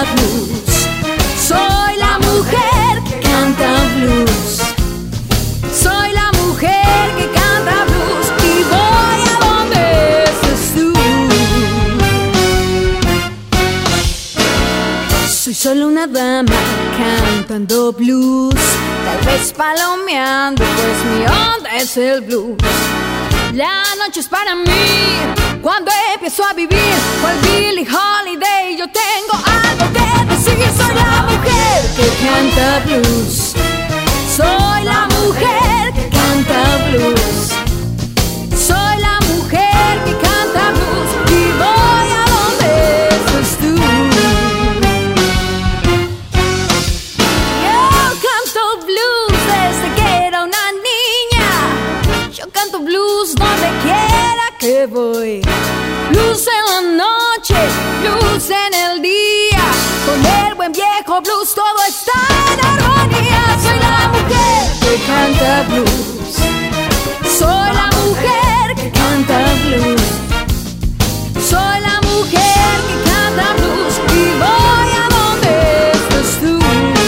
blues. Soy la mujer que canta blues. Soy la mujer que canta blues y voy a donde estés tú. Soy solo una dama cantando blues, tal vez palomeando, pues mi onda es el blues. La noche es para mí cuando empiezo a vivir cual Billie Holiday. Yo tengo algo que decir. Soy la mujer que canta blues. Soy la mujer que canta blues. Soy la mujer que canta blues y voy a donde estés tú. Yo canto blues desde que era una niña. Yo canto blues donde quiera que voy. Blues en la noche, blues en el día. Con el buen viejo blues todo está en armonía. Soy la mujer que canta blues. Soy la mujer que canta blues. Soy la mujer que canta blues y voy a donde estés tú.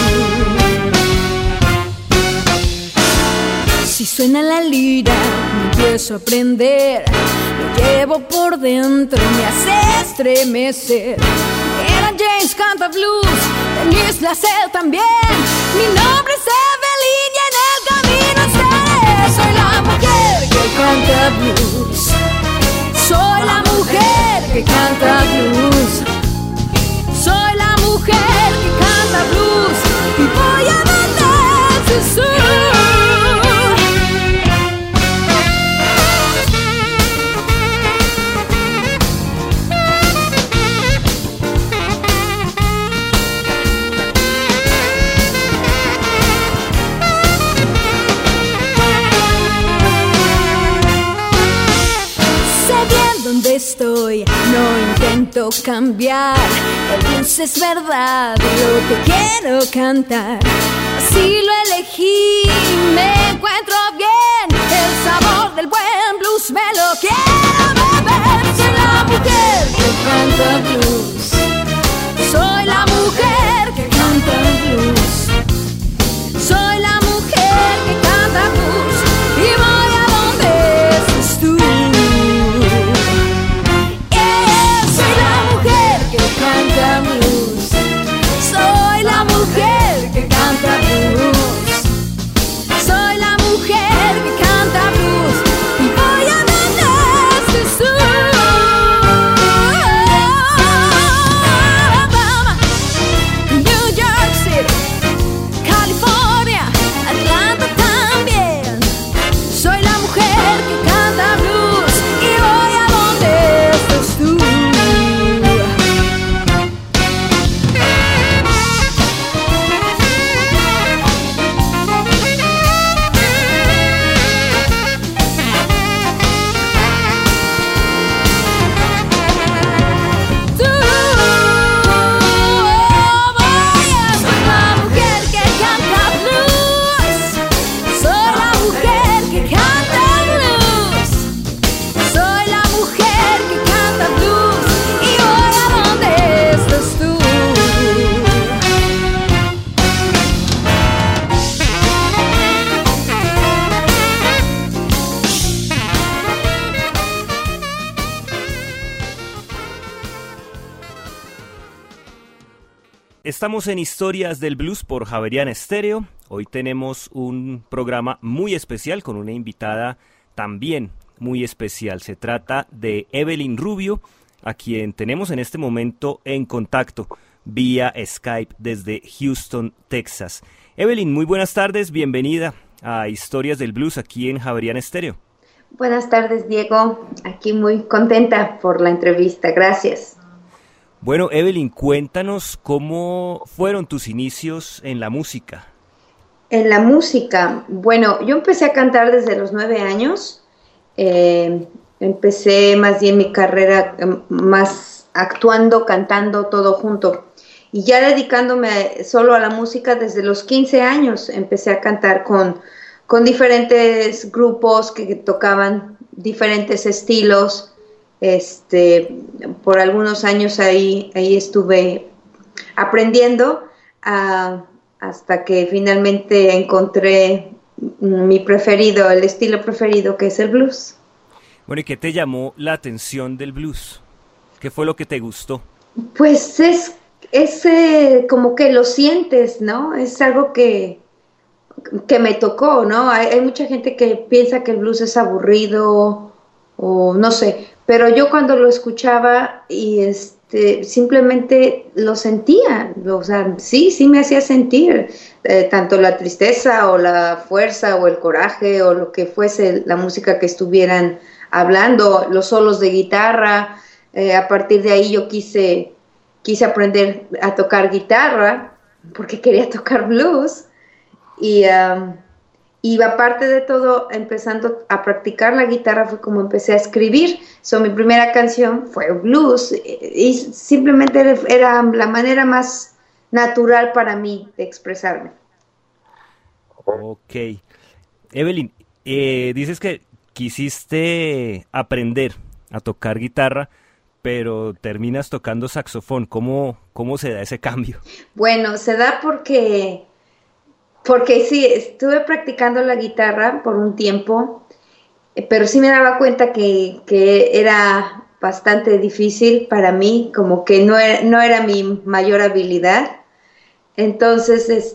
Si suena la lira, me empiezo a aprender. Lo llevo por dentro, me hace estremecer. Era James canta blues, Denise Blacel también. Mi nombre es Evelyn y en el camino estaré. Soy la mujer que canta blues. Soy la mujer que canta blues. Soy la mujer que canta blues y voy a donde estés tú. Donde estoy, no intento cambiar. El blues es verdad, lo que quiero cantar. Así lo elegí, me encuentro bien. El sabor del buen blues me lo quiero beber. Soy la mujer que canta blues. Soy la mujer que canta blues. Soy la mujer que canta blues y voy a donde estés tú. Canta blues. Soy la mujer que canta blues. Soy la mujer que canta blues y voy a donde estés tú. New York City, California, Atlanta también. Soy la mujer que canta blues y voy a donde estés tú. Estamos en Historias del Blues por Javeriana Estéreo. Hoy tenemos un programa muy especial con una invitada también muy especial. Se trata de Evelyn Rubio, a quien tenemos en este momento en contacto vía Skype desde Houston, Texas. Evelyn, muy buenas tardes, bienvenida a Historias del Blues aquí en Javeriana Estéreo. Buenas tardes, Diego. Aquí muy contenta por la entrevista. Gracias. Bueno, Evelyn, cuéntanos cómo fueron tus inicios en la música. En la música, bueno, yo empecé a cantar desde los 9 años. Empecé más bien mi carrera más actuando, cantando, todo junto. Y ya dedicándome solo a la música desde los 15 años. Empecé a cantar con diferentes grupos que tocaban diferentes estilos. Por algunos años ahí estuve aprendiendo hasta que finalmente encontré mi preferido, el estilo preferido, que es el blues. Bueno, ¿y qué te llamó la atención del blues? ¿Qué fue lo que te gustó? Pues es como que lo sientes, ¿no? Es algo que me tocó, ¿no? Hay mucha gente que piensa que el blues es aburrido o no sé, pero yo cuando lo escuchaba y simplemente lo sentía, o sea, sí me hacía sentir tanto la tristeza o la fuerza o el coraje o lo que fuese la música que estuvieran hablando, los solos de guitarra. A partir de ahí yo quise aprender a tocar guitarra porque quería tocar blues y aparte de todo, empezando a practicar la guitarra fue como empecé a escribir. Mi primera canción fue blues y simplemente era la manera más natural para mí de expresarme. Ok. Evelyn, dices que quisiste aprender a tocar guitarra, pero terminas tocando saxofón. ¿Cómo se da ese cambio? Bueno, se da porque sí, estuve practicando la guitarra por un tiempo, pero sí me daba cuenta que era bastante difícil para mí, como que no era mi mayor habilidad. Entonces,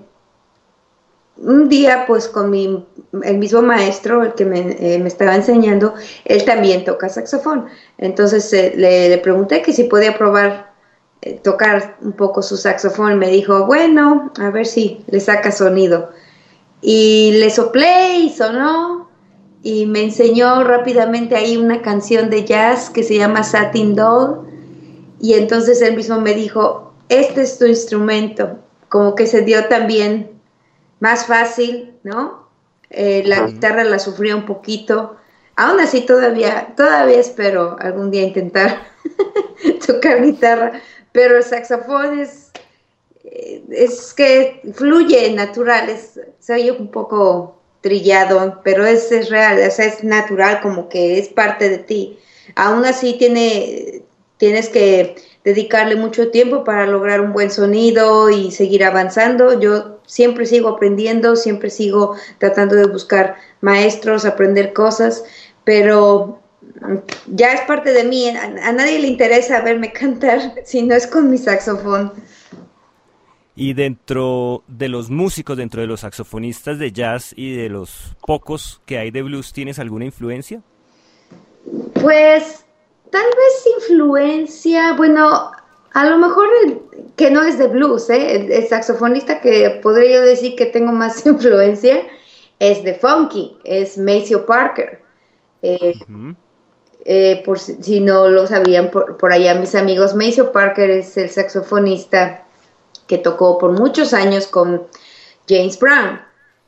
un día, pues con el mismo maestro, el que me estaba enseñando, él también toca saxofón. Entonces le pregunté que si podía probar tocar un poco su saxofón. Me dijo, bueno, a ver si le saca sonido. Y le soplé y sonó, y me enseñó rápidamente ahí una canción de jazz que se llama Satin Doll. Y entonces él mismo me dijo, este es tu instrumento. Como que se dio también más fácil, ¿no? La guitarra la sufría un poquito. Aún así todavía espero algún día intentar tocar guitarra, pero el saxofón es que fluye natural, se oye un poco trillado, pero es real, o sea, es natural, como que es parte de ti. Aún así tienes que dedicarle mucho tiempo para lograr un buen sonido y seguir avanzando. Yo siempre sigo aprendiendo, siempre sigo tratando de buscar maestros, aprender cosas, pero ya es parte de mí. A nadie le interesa verme cantar si no es con mi saxofón. Y dentro de los músicos, dentro de los saxofonistas de jazz y de los pocos que hay de blues, ¿tienes alguna influencia? Pues tal vez influencia, bueno, a lo mejor que no es de blues, el saxofonista que podría yo decir que tengo más influencia es de funky, es Maceo Parker. Por si no lo sabían por allá mis amigos, Maceo Parker es el saxofonista que tocó por muchos años con James Brown.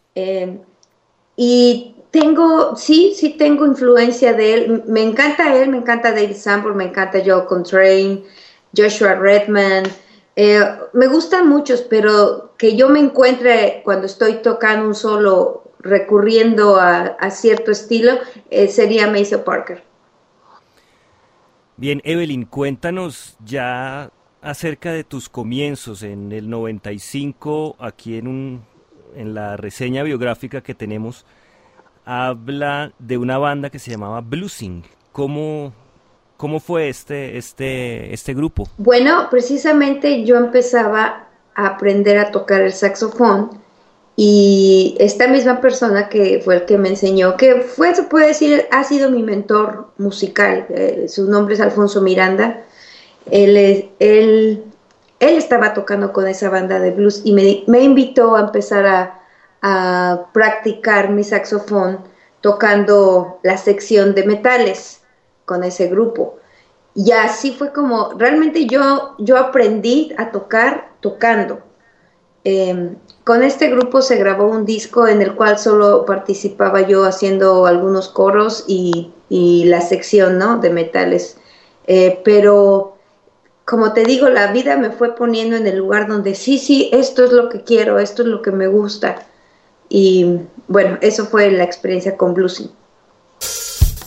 Y sí tengo influencia de él. Me encanta él, me encanta David Sanborn, me encanta Joe Coltrane, Joshua Redman. Me gustan muchos, pero que yo me encuentre cuando estoy tocando un solo recurriendo a cierto estilo, sería Maceo Parker. Bien, Evelyn, cuéntanos ya acerca de tus comienzos en el 95, aquí en la reseña biográfica que tenemos, habla de una banda que se llamaba Bluesing. ¿Cómo fue este grupo? Bueno, precisamente yo empezaba a aprender a tocar el saxofón y esta misma persona que fue el que me enseñó, que se puede decir, ha sido mi mentor musical, su nombre es Alfonso Miranda. Él estaba tocando con esa banda de blues y me invitó a empezar a practicar mi saxofón tocando la sección de metales con ese grupo. Y así fue como realmente yo aprendí a tocar tocando. Con este grupo se grabó un disco en el cual solo participaba yo haciendo algunos coros y la sección, ¿no?, de metales. Pero como te digo, la vida me fue poniendo en el lugar donde sí, esto es lo que quiero, esto es lo que me gusta. Y bueno, eso fue la experiencia con Bluesing.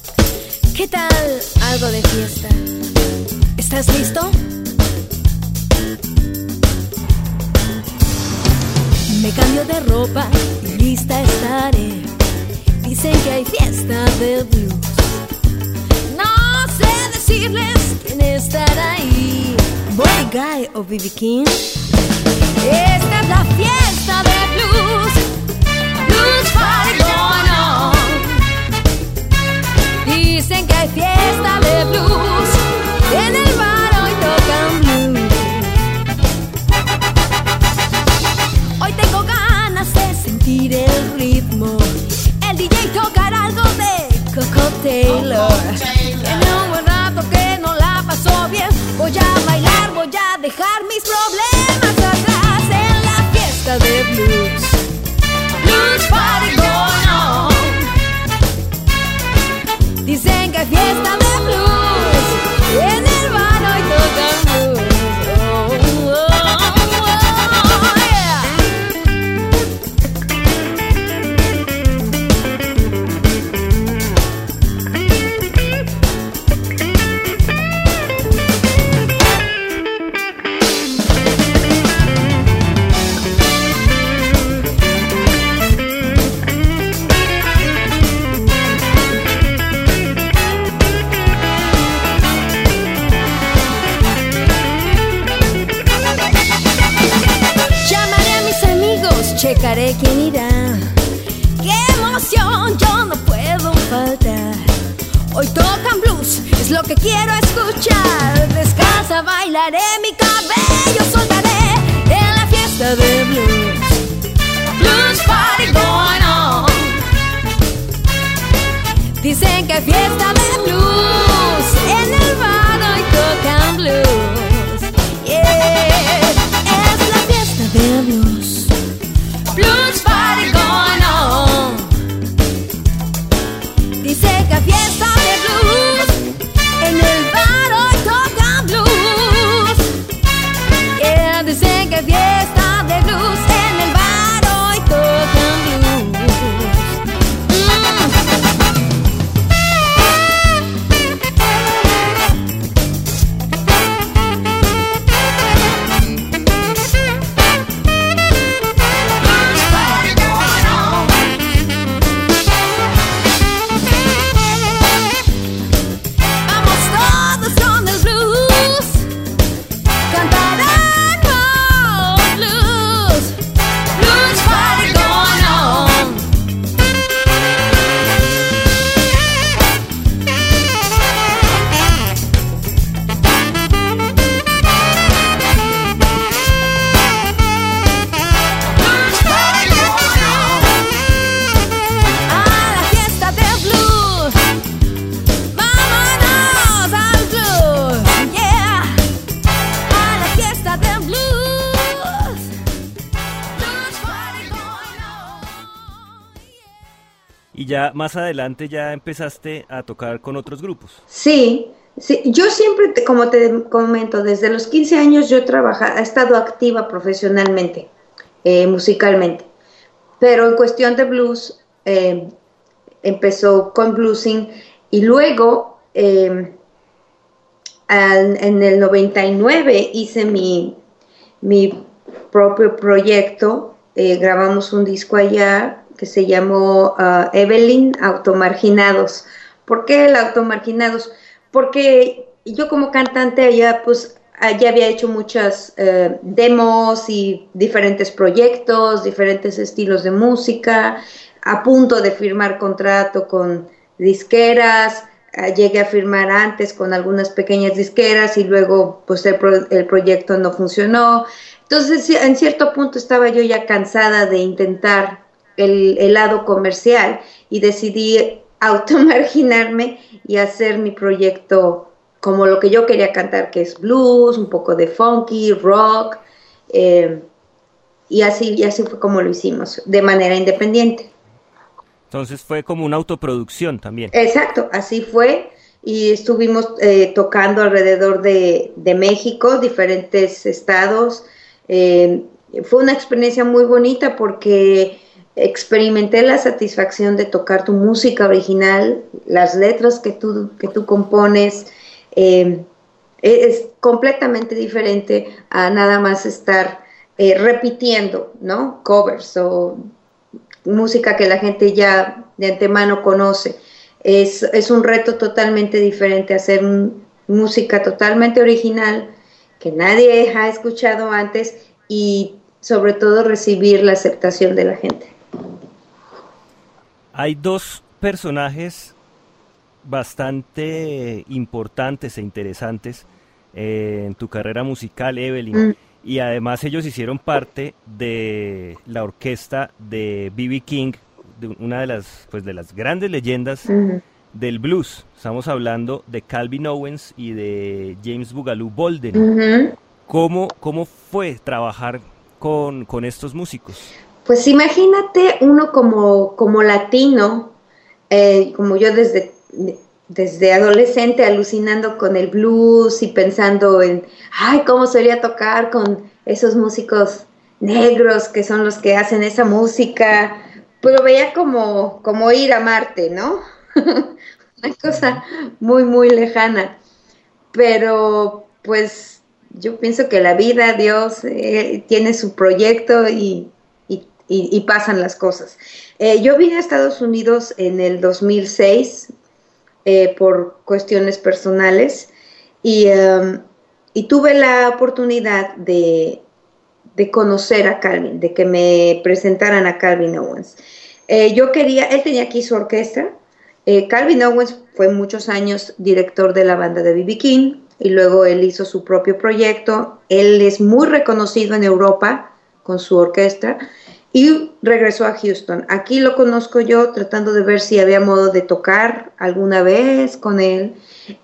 ¿Qué tal algo de fiesta? ¿Estás listo? Me cambio de ropa y lista estaré. Dicen que hay fiesta de blues. No sé decirles quién estará ahí, Buddy Guy o B.B. King. Esta es la fiesta de blues, blues party going on. Dicen que hay fiesta de blues, en el bar hoy tocan blues. Hoy tengo ganas de sentir el ritmo. El DJ tocará algo de Coco Taylor. Tiene un buen rato que no la pasó bien. Voy a bailar, voy a dejar mis problemas atrás en la fiesta de blues. Blues party going on. Dicen que hay fiesta de blues, en el bar hoy tocan blues. Checaré quién irá. ¡Qué emoción! Yo no puedo faltar. Hoy tocan blues, es lo que quiero escuchar. Descansa, bailaré, mi cabello soltaré en la fiesta de blues. Blues party going on. Dicen que hay fiesta de blues, en el bar hoy tocan blues. Yeah, es la fiesta de blues. Blues party going on. Dice que hay fiesta de blues, en el bar hoy tocan blues. Yeah, dicen que hay fiesta de blues, en el bar hoy tocan blues. Y ya más adelante ya empezaste a tocar con otros grupos. Sí, sí. Yo siempre, como te comento, desde los 15 años yo he estado activa profesionalmente, musicalmente. Pero en cuestión de blues, empezó con bluesing y luego en el 99 hice mi propio proyecto, grabamos un disco allá que se llamó Evelyn Automarginados. ¿Por qué el Automarginados? Porque yo como cantante allá, pues ya había hecho muchas demos y diferentes proyectos, diferentes estilos de música, a punto de firmar contrato con disqueras, llegué a firmar antes con algunas pequeñas disqueras y luego pues el proyecto no funcionó. Entonces en cierto punto estaba yo ya cansada de intentar el lado comercial y decidí automarginarme y hacer mi proyecto como lo que yo quería cantar, que es blues, un poco de funky, rock, y así fue como lo hicimos, de manera independiente. Entonces fue como una autoproducción también. Exacto, así fue, y estuvimos tocando alrededor de México, diferentes estados. Fue una experiencia muy bonita porque experimenté la satisfacción de tocar tu música original, las letras que tú compones, Es completamente diferente a nada más estar repitiendo, ¿no? Covers o música que la gente ya de antemano conoce. Es un reto totalmente diferente hacer música totalmente original que nadie ha escuchado antes y sobre todo recibir la aceptación de la gente. Hay dos personajes bastante importantes e interesantes en tu carrera musical, Evelyn, y además ellos hicieron parte de la orquesta de B.B. King, de una de las grandes leyendas del blues. Estamos hablando de Calvin Owens y de James Boogaloo Bolden. ¿Cómo fue trabajar con estos músicos? Pues imagínate uno como latino, como yo desde adolescente alucinando con el blues y pensando en, ¿cómo sería tocar con esos músicos negros que son los que hacen esa música? Pues lo veía como ir a Marte, ¿no? Una cosa muy, muy lejana. Pero pues yo pienso que la vida, Dios, tiene su proyecto y pasan las cosas. Yo vine a Estados Unidos en el 2006 por cuestiones personales y tuve la oportunidad de conocer a Calvin, de que me presentaran a Calvin Owens. Él tenía aquí su orquesta. Calvin Owens fue muchos años director de la banda de B.B. King y luego él hizo su propio proyecto. Él es muy reconocido en Europa con su orquesta y regresó a Houston. Aquí lo conozco yo tratando de ver si había modo de tocar alguna vez con él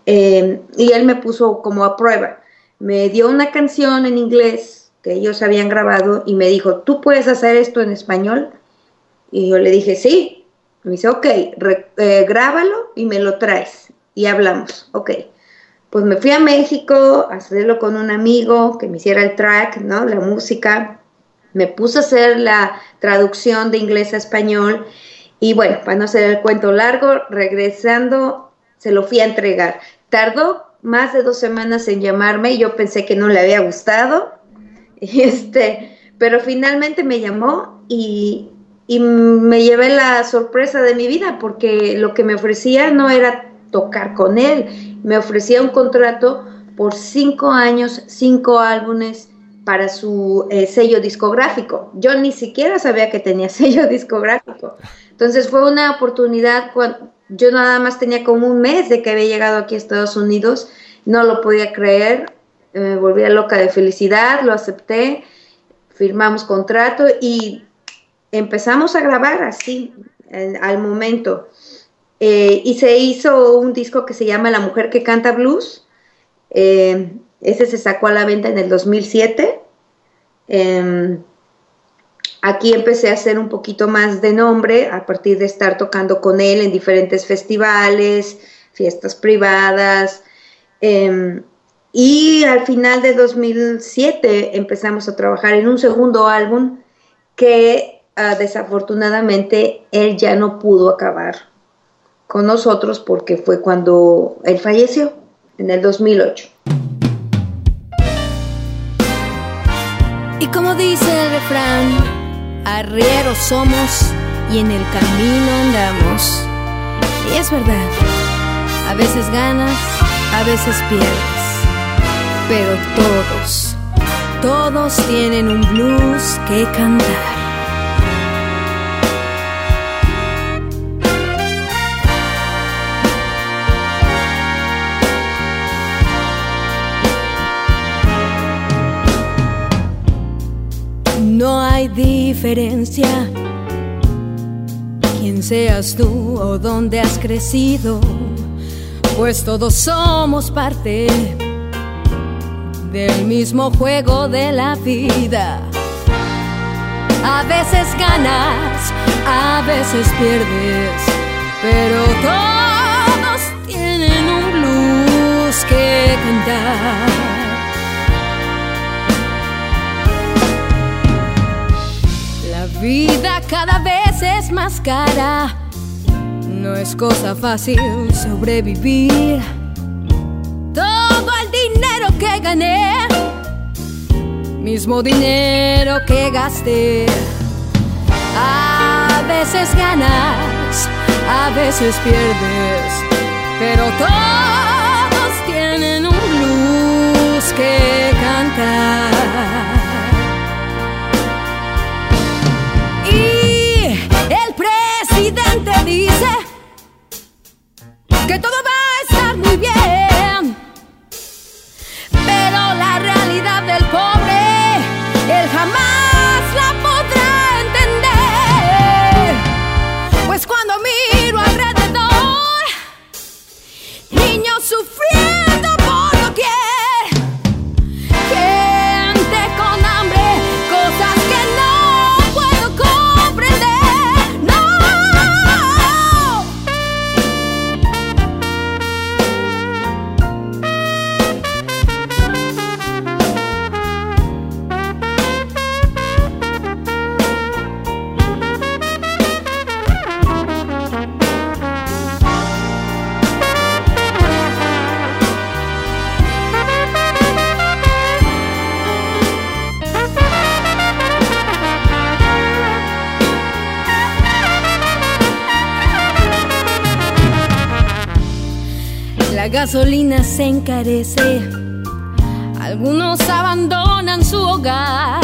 y él me puso como a prueba. Me dio una canción en inglés que ellos habían grabado y me dijo, ¿tú puedes hacer esto en español? Y yo le dije, sí. Me dice, ok, grábalo y me lo traes y hablamos. Ok, pues me fui a México a hacerlo con un amigo que me hiciera el track, ¿no? La música. Me puse a hacer la traducción de inglés a español y bueno, para no hacer el cuento largo, regresando se lo fui a entregar. Tardó más de 2 semanas en llamarme y yo pensé que no le había gustado, pero finalmente me llamó y me llevé la sorpresa de mi vida porque lo que me ofrecía no era tocar con él, me ofrecía un contrato por 5 años, 5 álbumes para su sello discográfico. Yo ni siquiera sabía que tenía sello discográfico. Entonces fue una oportunidad cuando yo nada más tenía como un mes de que había llegado aquí a Estados Unidos, no lo podía creer, me volvía loca de felicidad, lo acepté, firmamos contrato y empezamos a grabar así, al momento. Y se hizo un disco que se llama La Mujer que Canta Blues. Ese se sacó a la venta en el 2007. Aquí empecé a hacer un poquito más de nombre a partir de estar tocando con él en diferentes festivales, fiestas privadas. Y al final de 2007 empezamos a trabajar en un segundo álbum que desafortunadamente él ya no pudo acabar con nosotros porque fue cuando él falleció en el 2008. Y como dice el refrán, arrieros somos y en el camino andamos. Y es verdad, a veces ganas, a veces pierdes, pero todos tienen un blues que cantar. No hay diferencia, quién seas tú o dónde has crecido, pues todos somos parte del mismo juego de la vida. A veces ganas, a veces pierdes, pero todos tienen un blues que cantar. La vida cada vez es más cara, no es cosa fácil sobrevivir. Todo el dinero que gané, mismo dinero que gasté. A veces ganas, a veces pierdes, pero todos tienen un blues que cantar. Y el presidente dice que todo va a estar muy bien, pero la realidad del pobre, él jamás la podrá entender. Pues cuando miro alrededor, niños sufriendo por doquier, gente con hambre, cosas que no puedo comprender, no. La gasolina se encarece, algunos abandonan su hogar,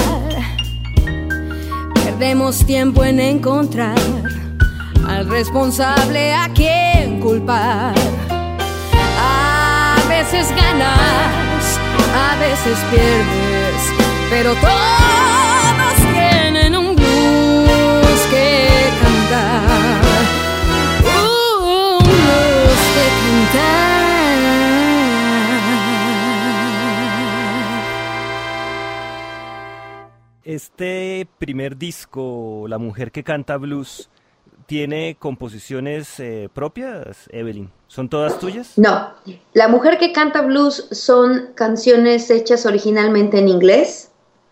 perdemos tiempo en encontrar al responsable a quien culpar. A veces ganas, a veces pierdes, pero todos tienen un blues que cantar, un blues que cantar. Este primer disco, La Mujer que Canta Blues, ¿tiene composiciones propias, Evelyn? ¿Son todas tuyas? No, La Mujer que Canta Blues son canciones hechas originalmente en inglés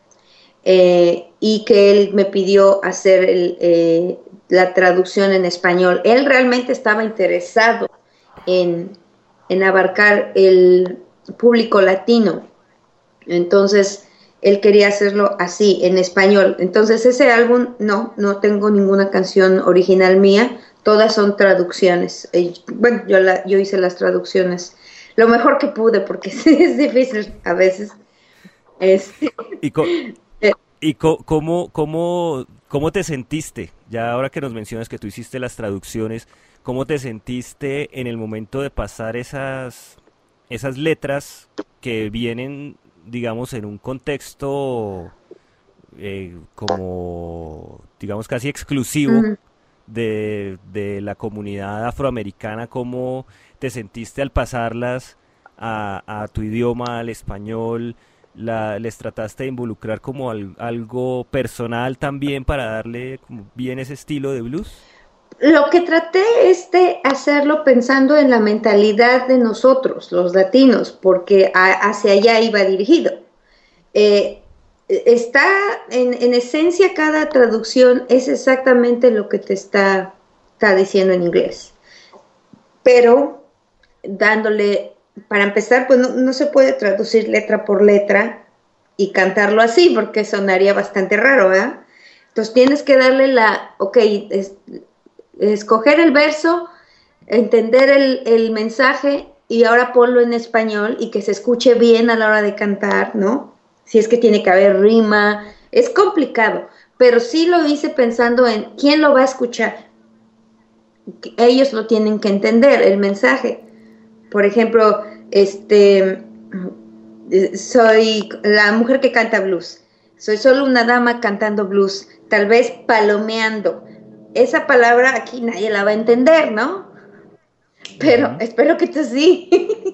y que él me pidió hacer la traducción en español. Él realmente estaba interesado en abarcar el público latino, entonces él quería hacerlo así, en español. Entonces ese álbum, no tengo ninguna canción original mía, todas son traducciones. Bueno, yo hice las traducciones lo mejor que pude, porque es difícil a veces. ¿Y cómo te sentiste? Ya ahora que nos mencionas que tú hiciste las traducciones, ¿cómo te sentiste en el momento de pasar esas letras que vienen, digamos, en un contexto como, digamos, casi exclusivo de la comunidad afroamericana? ¿Cómo te sentiste al pasarlas a tu idioma, al español? ¿Les trataste de involucrar como algo personal también para darle como bien ese estilo de blues? Lo que traté es de hacerlo pensando en la mentalidad de nosotros, los latinos, porque hacia allá iba dirigido. Está en esencia, cada traducción es exactamente lo que te está diciendo en inglés, pero dándole, para empezar, pues no se puede traducir letra por letra y cantarlo así, porque sonaría bastante raro, ¿verdad? Entonces tienes que darle escoger el verso, entender el mensaje y ahora ponlo en español y que se escuche bien a la hora de cantar, ¿no? Si es que tiene que haber rima, es complicado, pero sí lo hice pensando en quién lo va a escuchar. Ellos lo tienen que entender, el mensaje. Por ejemplo, soy la mujer que canta blues, soy solo una dama cantando blues, tal vez palomeando. Esa palabra aquí nadie la va a entender, ¿no? Pero espero que tú sí.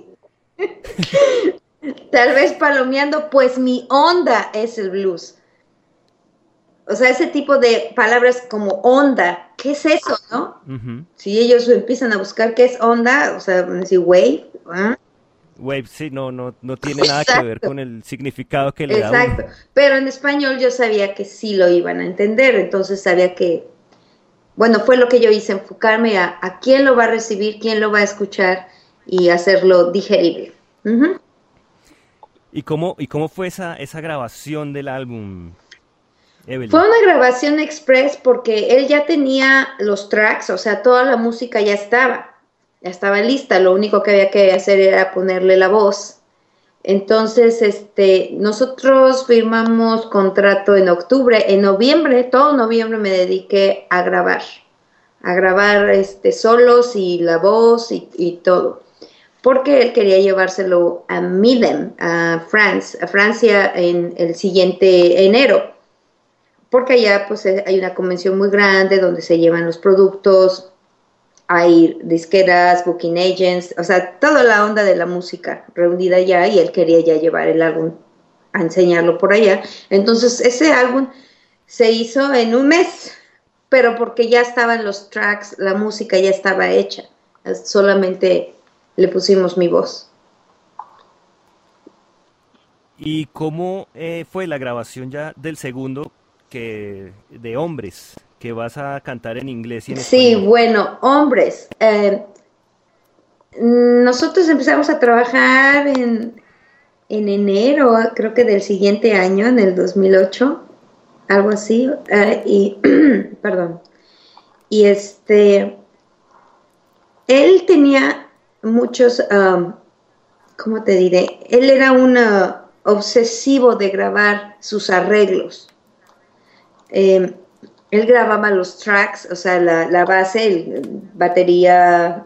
Tal vez palomeando, pues mi onda es el blues. O sea, ese tipo de palabras como onda, ¿qué es eso, no? Si ellos empiezan a buscar qué es onda, o sea, decir wave. Wave, sí, no tiene nada que ver con el significado que le da uno. Exacto, pero en español yo sabía que sí lo iban a entender, entonces sabía que, bueno, fue lo que yo hice, enfocarme a quién lo va a recibir, quién lo va a escuchar y hacerlo digerible. ¿Y cómo fue esa grabación del álbum, Evelyn? Fue una grabación express porque él ya tenía los tracks, o sea, toda la música ya estaba lista, lo único que había que hacer era ponerle la voz. Entonces, nosotros firmamos contrato en octubre, en noviembre, todo noviembre me dediqué a grabar solos y la voz y todo, porque él quería llevárselo a Midem, a Francia en el siguiente enero, porque allá pues hay una convención muy grande donde se llevan los productos, hay disqueras, booking agents, o sea, toda la onda de la música reunida allá, y él quería ya llevar el álbum a enseñarlo por allá. Entonces ese álbum se hizo en un mes, pero porque ya estaban los tracks, la música ya estaba hecha, solamente le pusimos mi voz. ¿Y cómo fue la grabación ya del segundo, de Hombres, que vas a cantar en inglés y en Sí, español? bueno, Hombres. Nosotros empezamos a trabajar en enero, creo que del siguiente año, en el 2008, algo así, perdón. Y él tenía muchos, ¿cómo te diré? Él era un obsesivo de grabar sus arreglos. Él grababa los tracks, o sea, la base, batería,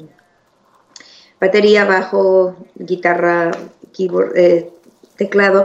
bajo, guitarra, keyboard, teclado,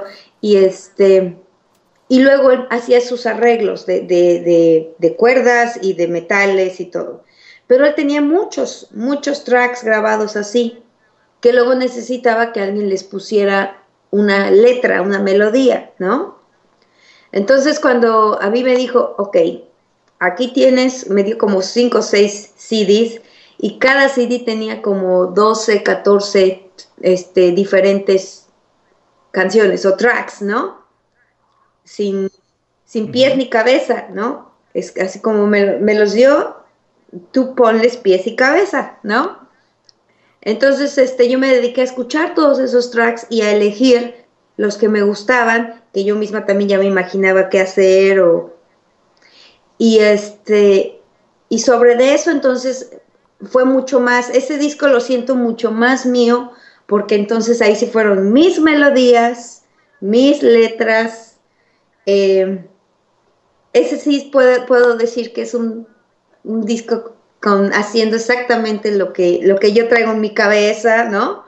y luego él hacía sus arreglos de cuerdas y de metales y todo. Pero él tenía muchos tracks grabados así, que luego necesitaba que alguien les pusiera una letra, una melodía, ¿no? Entonces cuando a mí me dijo, ok, aquí tienes, me dio como 5 o 6 CDs, y cada CD tenía como 12, 14 diferentes canciones o tracks, ¿no? Sin pies ni cabeza, ¿no? Es así como me los dio, tú ponles pies y cabeza, ¿no? Entonces yo me dediqué a escuchar todos esos tracks y a elegir los que me gustaban, que yo misma también ya me imaginaba qué hacer, y sobre de eso entonces fue mucho más, ese disco lo siento mucho más mío, porque entonces ahí sí fueron mis melodías, mis letras. Ese sí puedo decir que es un disco haciendo exactamente lo que yo traigo en mi cabeza, ¿no?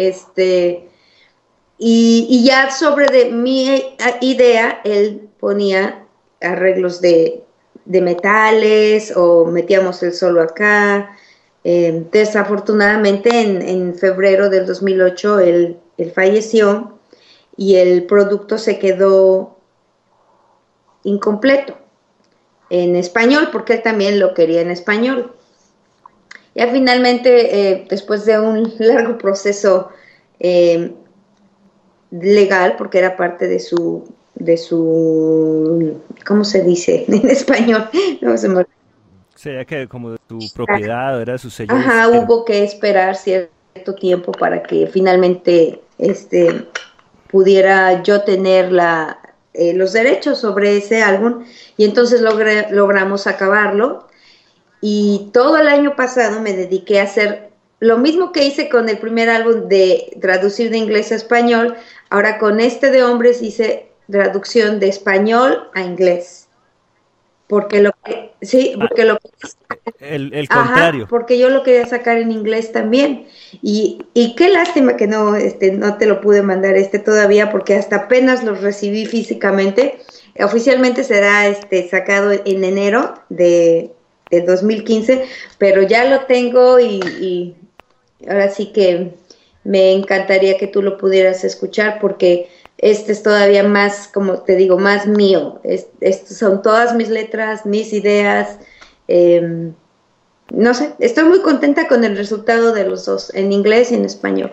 Y ya sobre de mi idea, él ponía arreglos de metales, o metíamos el solo acá. Desafortunadamente en febrero del 2008 él falleció, y el producto se quedó incompleto en español, porque él también lo quería en español. Ya finalmente, después de un largo proceso legal, porque era parte de su ¿cómo se dice en español? No se me... Sería que como de tu propiedad, era su sello. Ajá, hubo que esperar cierto tiempo para que finalmente pudiera yo tener los derechos sobre ese álbum, y entonces logramos acabarlo, y todo el año pasado me dediqué a hacer lo mismo que hice con el primer álbum, de traducir de inglés a español. Ahora con de Hombres hice traducción de español a inglés. Porque el contrario. Ajá, porque yo lo quería sacar en inglés también. Y qué lástima que no te lo pude mandar todavía, porque hasta apenas lo recibí físicamente. Oficialmente será sacado en enero de 2015, pero ya lo tengo, y ahora sí que me encantaría que tú lo pudieras escuchar, porque es todavía más, como te digo, más mío. Son todas mis letras, mis ideas. No sé, estoy muy contenta con el resultado de los dos, en inglés y en español.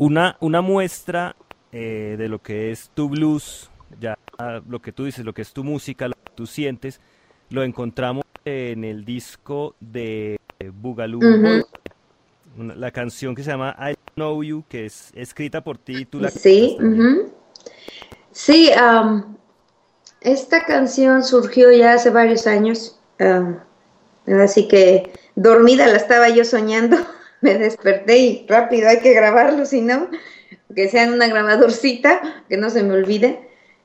Una muestra de lo que es tu blues, ya lo que tú dices, lo que es tu música, lo que tú sientes, lo encontramos en el disco de Boogaloo Golden, la canción que se llama I Know You, que es escrita por ti y tú la Sí, sí, esta canción surgió ya hace varios años, así que dormida la estaba yo soñando, me desperté y rápido hay que grabarlo, si no, que sea en una grabadorcita, que no se me olvide,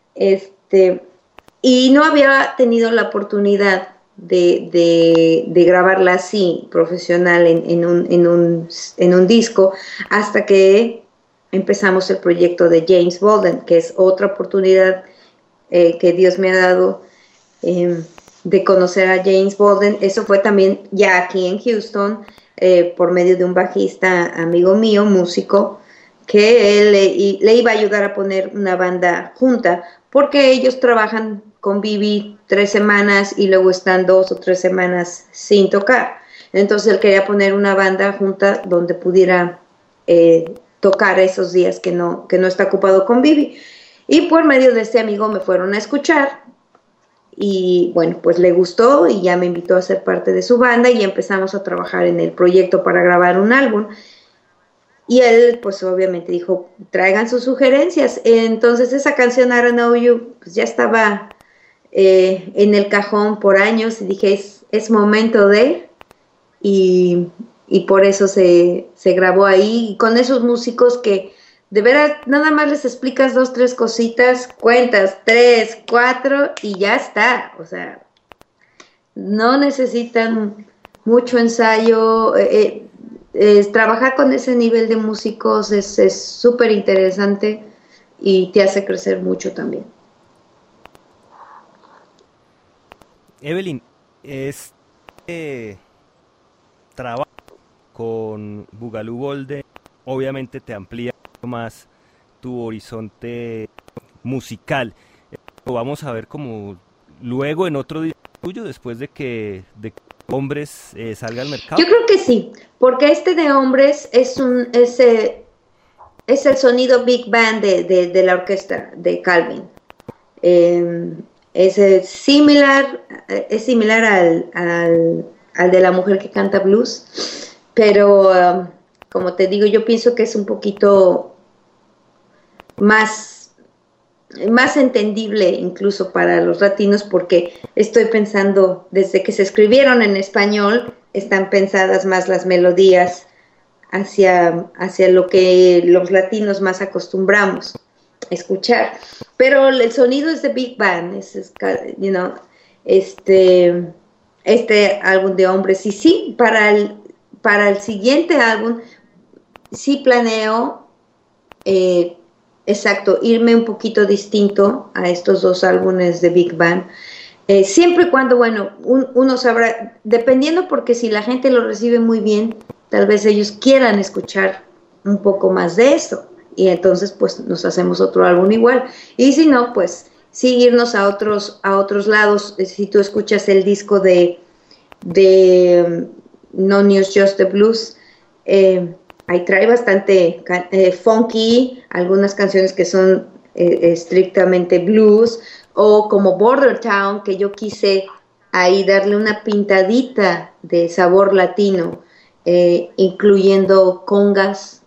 y no había tenido la oportunidad de grabarla así, profesional, en un disco, hasta que empezamos el proyecto de James Bolden, que es otra oportunidad que Dios me ha dado de conocer a James Bolden. Eso fue también ya aquí en Houston, por medio de un bajista amigo mío, músico, que él le iba a ayudar a poner una banda junta, porque ellos trabajan con Bibi 3 semanas y luego están 2 o 3 semanas sin tocar. Entonces él quería poner una banda junta donde pudiera tocar esos días que no está ocupado con Bibi. Y por medio de este amigo me fueron a escuchar y bueno, pues le gustó y ya me invitó a ser parte de su banda y empezamos a trabajar en el proyecto para grabar un álbum. Y él, pues obviamente dijo, traigan sus sugerencias. Entonces esa canción, I Don't Know You, pues ya estaba en el cajón por años y dije, es momento de, y por eso se grabó ahí, y con esos músicos que de veras nada más les explicas 2, 3 cositas, cuentas 3, 4 y ya está. O sea, no necesitan mucho ensayo. Trabajar con ese nivel de músicos es súper interesante y te hace crecer mucho también. Evelyn, este trabajo con Boogaloo Golden obviamente te amplía más tu horizonte musical. Lo vamos a ver como luego en otro disco tuyo, después de que Hombres salga al mercado. Yo creo que sí, porque este de Hombres es el sonido big band de la orquesta de Calvin. Es similar al de la mujer que canta blues, pero como te digo, yo pienso que es un poquito más entendible incluso para los latinos, porque estoy pensando, desde que se escribieron en español, están pensadas más las melodías hacia lo que los latinos más acostumbramos a escuchar. Pero el sonido es de Big Band, este álbum de Hombres. Y sí, para el siguiente álbum, sí planeo exacto, irme un poquito distinto a estos 2 álbumes de Big Band, siempre y cuando, bueno, uno sabrá, dependiendo, porque si la gente lo recibe muy bien, tal vez ellos quieran escuchar un poco más de eso, y entonces pues nos hacemos otro álbum igual, y si no, pues sí irnos a otros lados. Si tú escuchas el disco de No News Just the Blues, ahí trae bastante funky, algunas canciones que son estrictamente blues, o como Border Town, que yo quise ahí darle una pintadita de sabor latino, incluyendo congas,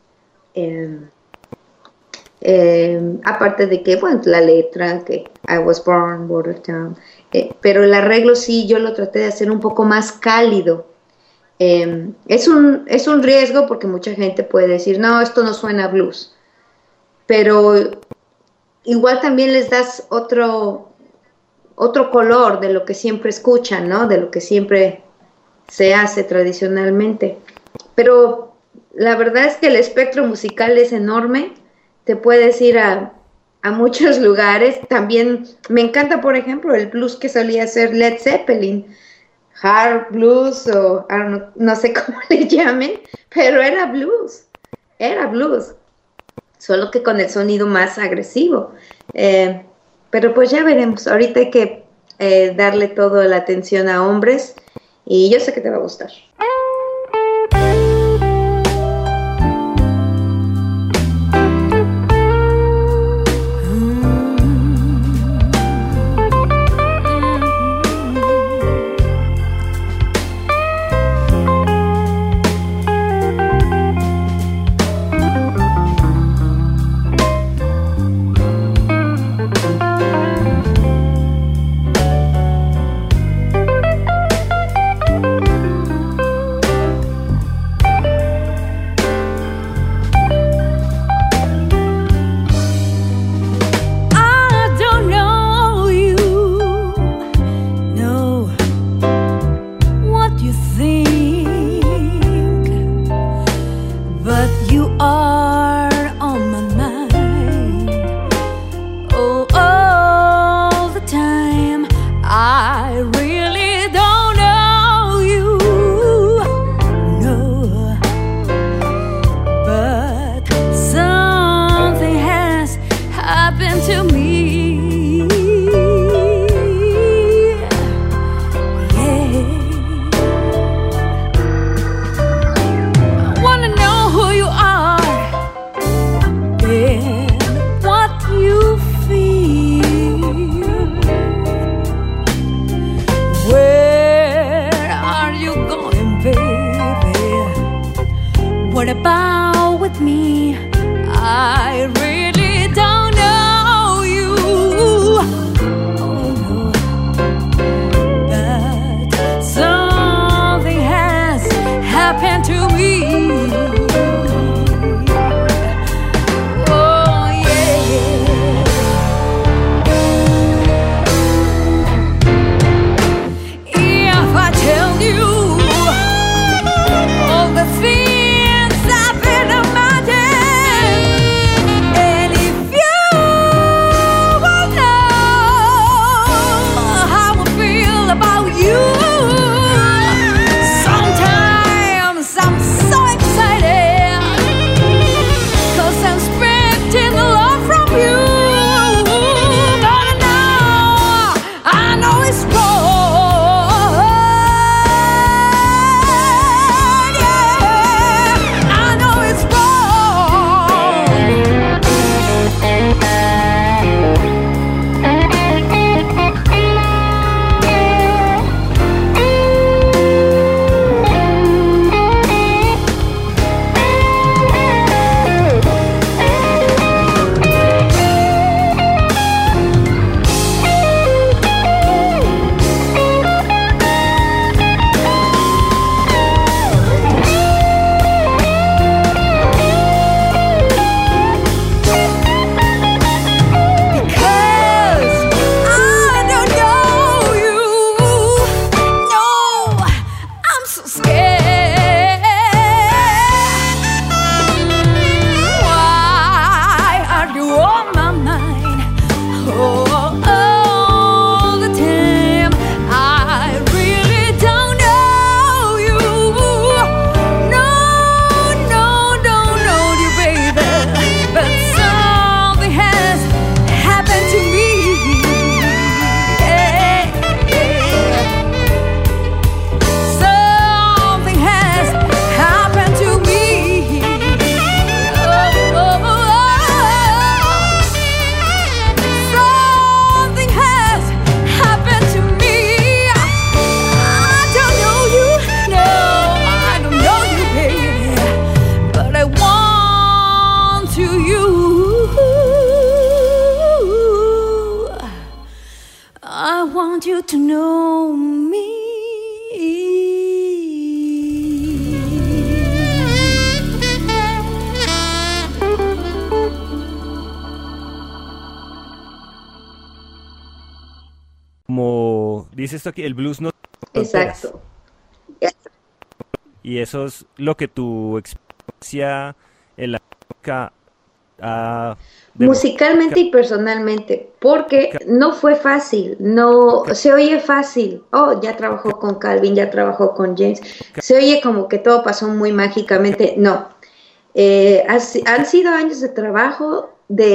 aparte de que, bueno, la letra, que I was born, Border Town, pero el arreglo sí, yo lo traté de hacer un poco más cálido. Es un riesgo, porque mucha gente puede decir, no, esto no suena a blues, pero igual también les das otro color de lo que siempre escuchan, ¿no? De lo que siempre se hace tradicionalmente. Pero la verdad es que el espectro musical es enorme, te puedes ir a muchos lugares. También me encanta, por ejemplo, el blues que solía hacer Led Zeppelin, hard blues, o no sé cómo le llamen, pero era blues, solo que con el sonido más agresivo. Pero pues ya veremos. Ahorita hay que darle toda la atención a Hombres, y yo sé que te va a gustar. all the time. I really don't know you. No, don't know you, baby. But something has happened to me. Yeah, yeah. Something has happened to me. Oh, oh, oh, oh. Something has happened to me. I don't know you, no, I don't know you, baby, but I want to you. I want you to know me. Como dice esto aquí, el blues no tiene fronteras. Exacto. Y eso es lo que tu experiencia en la música ha Musicalmente y personalmente, porque no fue fácil, no se oye fácil. Oh, ya trabajó con Calvin, ya trabajó con James. Se oye como que todo pasó muy mágicamente. No. Han sido años de trabajo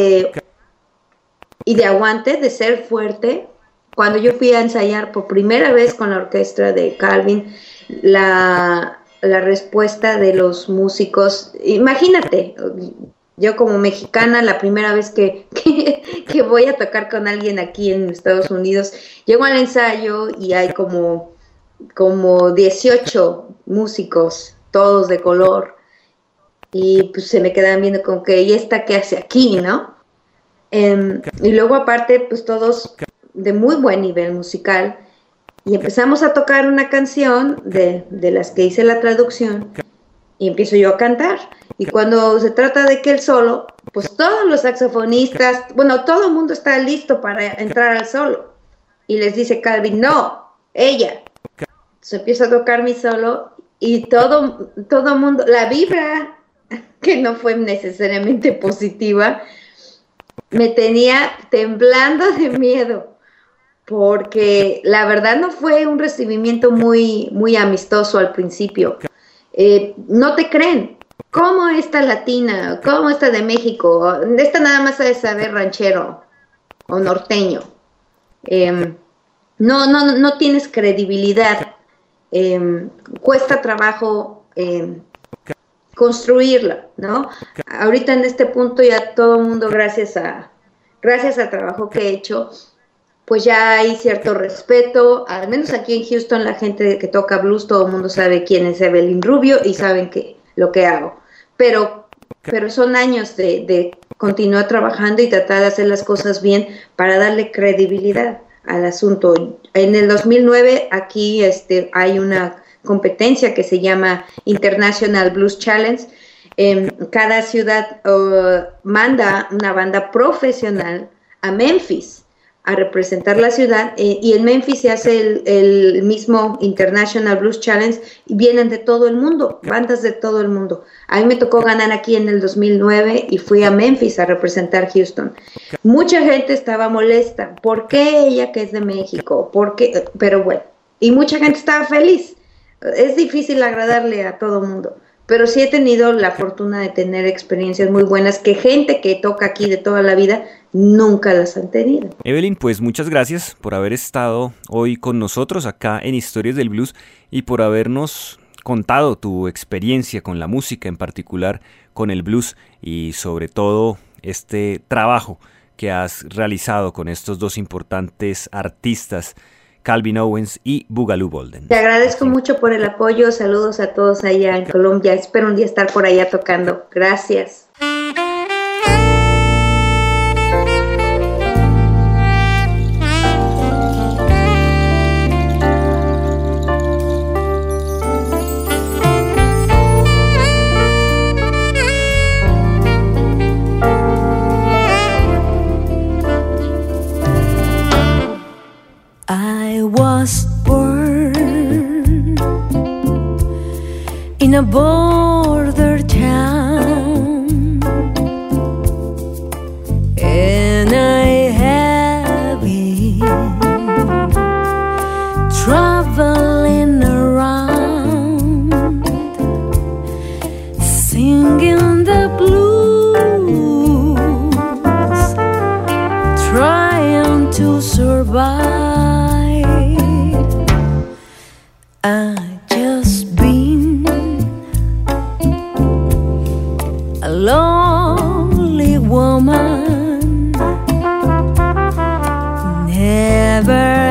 y de aguante, de ser fuerte. Cuando yo fui a ensayar por primera vez con la orquesta de Calvin, la respuesta de los músicos, imagínate, yo como mexicana, la primera vez que voy a tocar con alguien aquí en Estados Unidos, llego al ensayo y hay como 18 músicos, todos de color, y pues se me quedan viendo como que, ¿y esta qué hace aquí, no? Y luego aparte, pues todos de muy buen nivel musical, y empezamos a tocar una canción de las que hice la traducción, y empiezo yo a cantar. Y cuando se trata de que el solo, pues todos los saxofonistas, bueno, todo el mundo está listo para entrar al solo. Y les dice Calvin, no, ella. Entonces empiezo a tocar mi solo y todo el mundo, la vibra, que no fue necesariamente positiva, me tenía temblando de miedo. Porque la verdad no fue un recibimiento muy, muy amistoso al principio. No te creen. ¿Cómo esta latina? ¿Cómo esta de México? Esta nada más ha de saber ranchero o norteño. No tienes credibilidad. Cuesta trabajo construirla, ¿no? Ahorita en este punto ya todo el mundo, gracias al trabajo que he hecho, pues ya hay cierto respeto. Al menos aquí en Houston la gente que toca blues, todo el mundo sabe quién es Evelyn Rubio y saben lo que hago. Pero son años de continuar trabajando y tratar de hacer las cosas bien para darle credibilidad al asunto. En el 2009 aquí hay una competencia que se llama International Blues Challenge. Cada ciudad manda una banda profesional a Memphis a representar la ciudad, y en Memphis se hace el mismo International Blues Challenge y vienen de todo el mundo, bandas de todo el mundo. A mí me tocó ganar aquí en el 2009 y fui a Memphis a representar Houston. Mucha gente estaba molesta, ¿por qué ella que es de México? ¿Por qué? Pero bueno, y mucha gente estaba feliz. Es difícil agradarle a todo el mundo, pero sí he tenido la fortuna de tener experiencias muy buenas que gente que toca aquí de toda la vida nunca las han tenido. Evelyn, pues muchas gracias por haber estado hoy con nosotros acá en Historias del Blues y por habernos contado tu experiencia con la música, en particular con el blues, y sobre todo este trabajo que has realizado con estos dos importantes artistas, Calvin Owens y Boogaloo Bolden. Te agradezco mucho por el apoyo, saludos a todos allá en Colombia, espero un día estar por allá tocando. Gracias. I was born in a border town, and I had by. I just been a lonely woman, never